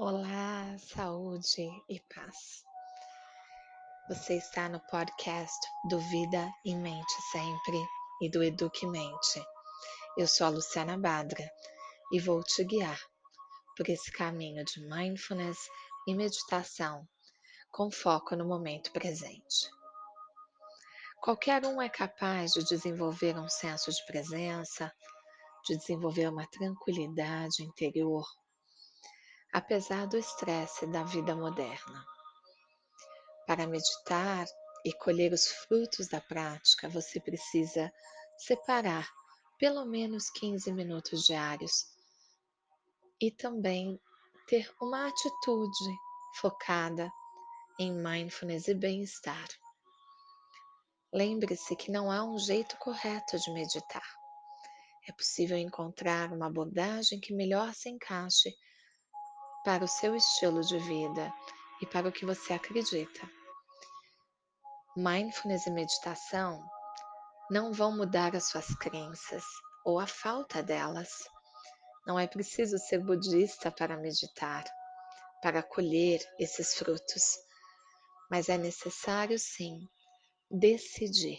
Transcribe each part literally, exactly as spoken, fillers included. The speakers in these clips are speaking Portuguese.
Olá, saúde e paz. Você está no podcast do Vida em Mente Sempre e do Eduque Mente. Eu sou a Luciana Badra e vou te guiar por esse caminho de mindfulness e meditação com foco no momento presente. Qualquer um é capaz de desenvolver um senso de presença, de desenvolver uma tranquilidade interior, apesar do estresse da vida moderna. Para meditar e colher os frutos da prática, você precisa separar pelo menos quinze minutos diários e também ter uma atitude focada em mindfulness e bem-estar. Lembre-se que não há um jeito correto de meditar. É possível encontrar uma abordagem que melhor se encaixe para o seu estilo de vida e para o que você acredita. Mindfulness e meditação não vão mudar as suas crenças ou a falta delas. Não é preciso ser budista para meditar, para colher esses frutos, mas é necessário sim decidir.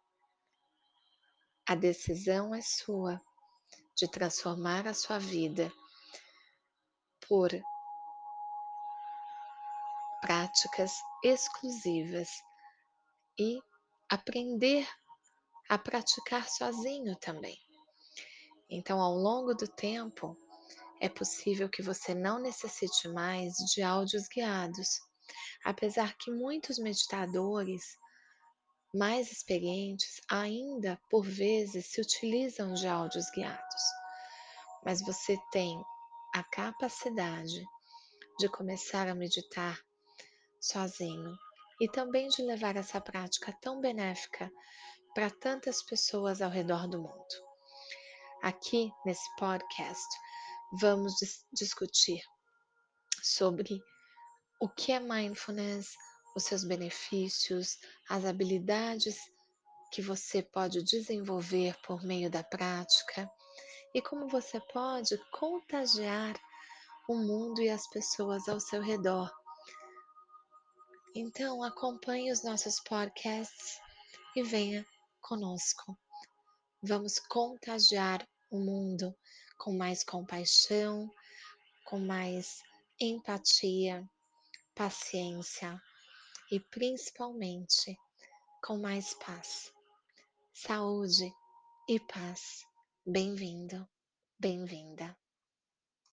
A decisão é sua de transformar a sua vida por práticas exclusivas e aprender a praticar sozinho também. Então, ao longo do tempo, é possível que você não necessite mais de áudios guiados, apesar que muitos meditadores mais experientes ainda, por vezes, se utilizam de áudios guiados. Mas você tem a capacidade de começar a meditar sozinho e também de levar essa prática tão benéfica para tantas pessoas ao redor do mundo. Aqui nesse podcast, vamos dis- discutir sobre o que é mindfulness, os seus benefícios, as habilidades que você pode desenvolver por meio da prática e como você pode contagiar o mundo e as pessoas ao seu redor. Então, acompanhe os nossos podcasts e venha conosco. Vamos contagiar o mundo com mais compaixão, com mais empatia, paciência e principalmente com mais paz, saúde e paz. Bem-vindo, bem-vinda.